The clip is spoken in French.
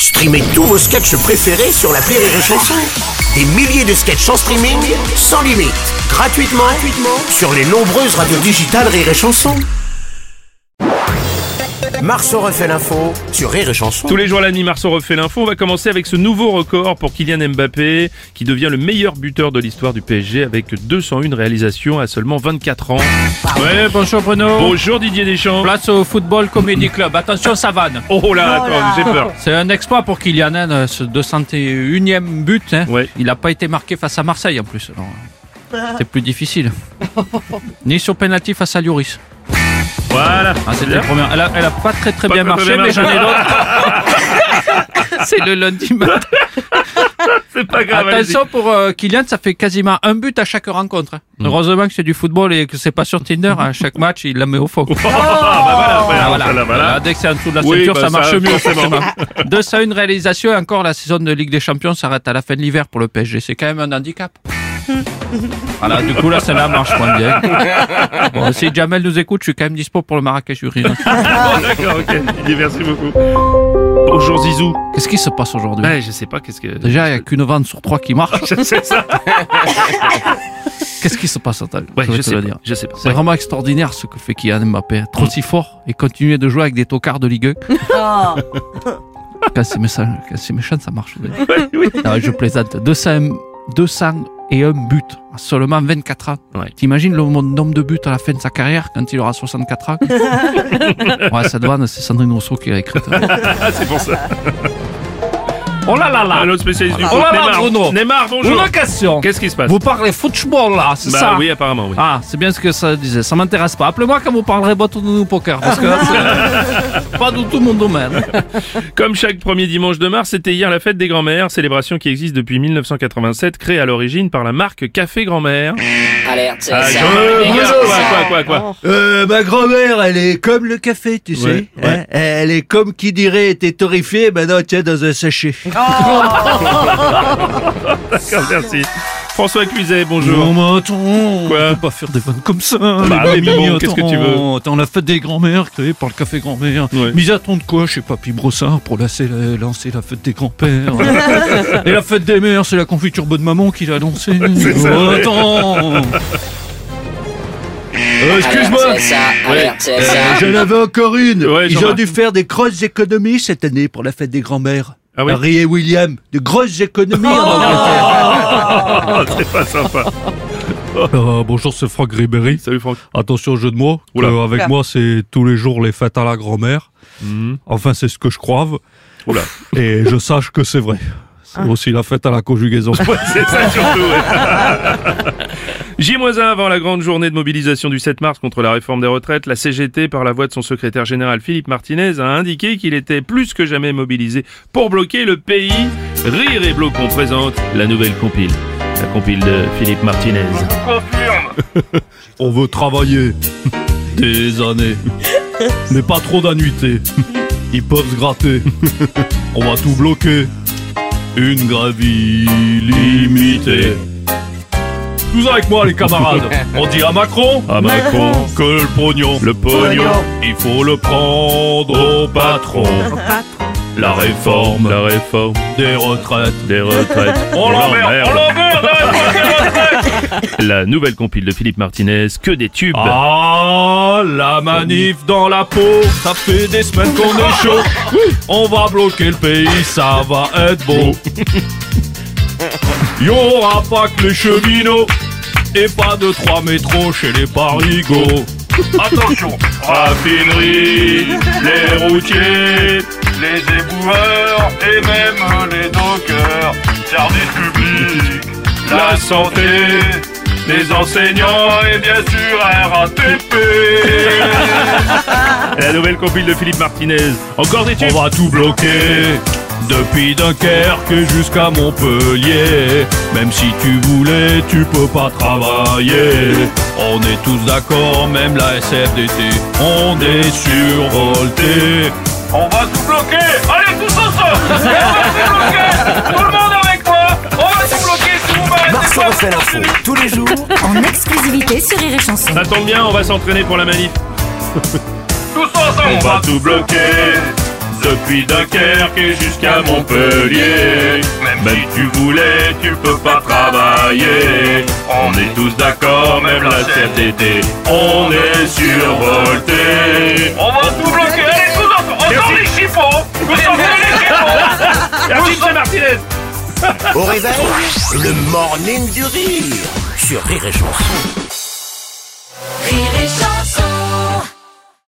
Streamez tous vos sketchs préférés sur l'appli Rire et Chanson. Des milliers de sketchs en streaming, sans limite, gratuitement sur les nombreuses radios digitales Rire et Chanson. Marceau refait l'info sur Rire et Chanson. Tous les jours à la nuit, Marceau refait l'info. On va commencer avec ce nouveau record pour Kylian Mbappé, qui devient le meilleur buteur de l'histoire du PSG avec 201 réalisations à seulement 24 ans. Ouais, bonjour Bruno. Bonjour Didier Deschamps. Place au Football Comedy Club. Attention, ça vanne. Oh là, attends, j'ai peur. C'est un exploit pour Kylian, hein, ce 201e but. Hein. Ouais. Il n'a pas été marqué face à Marseille en plus. C'est plus difficile. Ni sur penalty face à Lloris. Voilà. Ah, c'était la première. Elle a pas très bien marché, mais j'en ai d'autres. C'est le lundi matin. C'est pas grave. Attention pour Kylian, ça fait quasiment un but à chaque rencontre. Hein. Heureusement que c'est du football et que c'est pas sur Tinder. À chaque match, il la met au fond. Voilà. Dès que c'est en dessous de la ceinture, ça marche mieux. Forcément. 201 réalisations et encore la saison de Ligue des Champions s'arrête à la fin de l'hiver pour le PSG. C'est quand même un handicap. Voilà, du coup là, celle-là marche moins bien. Bon, si Jamel nous écoute, je suis quand même dispo pour le Marrakech du Rire. D'accord, ok. Didier, merci beaucoup. Bonjour Zizou. Qu'est-ce qui se passe aujourd'hui? Ouais, je sais pas, qu'est-ce que... Déjà, il n'y a qu'une vente sur 3 qui marche. C'est ça. Qu'est-ce qui se passe, Antal? Ouais, je sais pas. C'est vraiment extraordinaire ce que fait Kylian Mbappé. Trop si fort et continuer de jouer avec des tocards de Ligue 1. Quand c'est méchant, ça marche. Oui. Non, je plaisante. 201 buts en seulement 24 ans. Ouais. T'imagines le nombre de buts à la fin de sa carrière quand il aura 64 ans? Ouais, cette vanne, c'est Sandrine Rousseau qui l'a écrite. C'est pour ça. Oh là là là! Un autre spécialiste du Oh foot, là là, Neymar. Bruno. Neymar, bonjour. Une question. Qu'est-ce qui se passe? Vous parlez football là, c'est ça? Oui, apparemment, oui. Ah, c'est bien ce que ça disait. Ça m'intéresse pas. Appelez-moi quand vous parlerez bâton de poker, parce que là, c'est pas du tout mon domaine. Comme chaque premier dimanche de mars, c'était hier la fête des grands-mères, célébration qui existe depuis 1987, créée à l'origine par la marque Café Grand-Mère. Alerte, c'est Ah, ça. quoi Ma grand-mère, elle est comme le café, tu sais. Ouais. Hein, elle est comme qui dirait, t'es torréfié, maintenant tiens dans un sachet. D'accord, merci. François Cluzet, bonjour. Non, mais attends, Quoi? on peut pas faire des vannes comme ça. Bah les oui, mais mamies, bon, qu'est-ce que tu veux? Attends, la fête des grands-mères créée par le Café Grand-Mère. Ouais. Mais ils attendent quoi chez Papy Brossard pour lancer la fête des grands-pères? Et la fête des mères, c'est la confiture bonne maman qui l'a lancée. Attends. Excuse-moi, Alerte, c'est ça. Alerte, c'est ça. j'en avais encore une. Ouais, Ils ont Jean-Marc. dû faire des grosses économies cette année pour la fête des grands-mères. Ah oui? Harry et William, de grosses économies en Angleterre. Oh, c'est pas sympa. Bonjour, c'est Franck Ribéry. Salut Franck. Attention, jeu de mots. Oula. Avec moi, c'est tous les jours les fêtes à la grand-mère. Enfin, c'est ce que je crois. Oula. Et je sache que c'est vrai. C'est aussi la fête à la conjugaison. Ouais, c'est ça surtout, ouais. J-1 avant la grande journée de mobilisation du 7 mars contre la réforme des retraites, la CGT, par la voix de son secrétaire général Philippe Martinez, a indiqué qu'il était plus que jamais mobilisé pour bloquer le pays. Rire et Blocon présente la nouvelle compile. La compile de Philippe Martinez. On veut travailler des années, mais pas trop d'annuités. Ils peuvent se gratter. On va tout bloquer. Une grève illimitée. Tous avec moi les camarades. On dit à Macron que le pognon, il faut le prendre au patron. La réforme des retraites. On l'emmerde. La nouvelle compile de Philippe Martinez, que des tubes. Ah, la manif dans la peau, ça fait des semaines qu'on est chaud. On va bloquer le pays, ça va être beau. Y'aura pas que les cheminots et pas de 3 métros chez les parigots. Attention, raffinerie, les routiers, les éboueurs et même les dockers, service public, la santé, les enseignants et bien sûr RATP. La nouvelle compile de Philippe Martinez, encore des tubes. On va tout bloquer, depuis Dunkerque jusqu'à Montpellier. Même si tu voulais, tu peux pas travailler. On est tous d'accord, même la SFDT, on est survolté. On va tout bloquer, allez tous ensemble. On va tout bloquer, tout le monde avec moi. On va tout bloquer, si vous m'arrêtez Marceau pas, refait l'info tous les jours En exclusivité sur Rire et Chanson. Ça tombe bien, on va s'entraîner pour la manif. tous ensemble. On va tout bloquer, Depuis Dunkerque et jusqu'à Montpellier. Même si tu voulais, tu peux pas travailler. On est tous d'accord, même la CFDT, on est survolté. On va tout bloquer, allez tous encore les chiffons. Vous sortez les chiffons. Merci M. Martinez. Au réveil, le morning du rire sur Rire et Chanson. Rire et Chanson.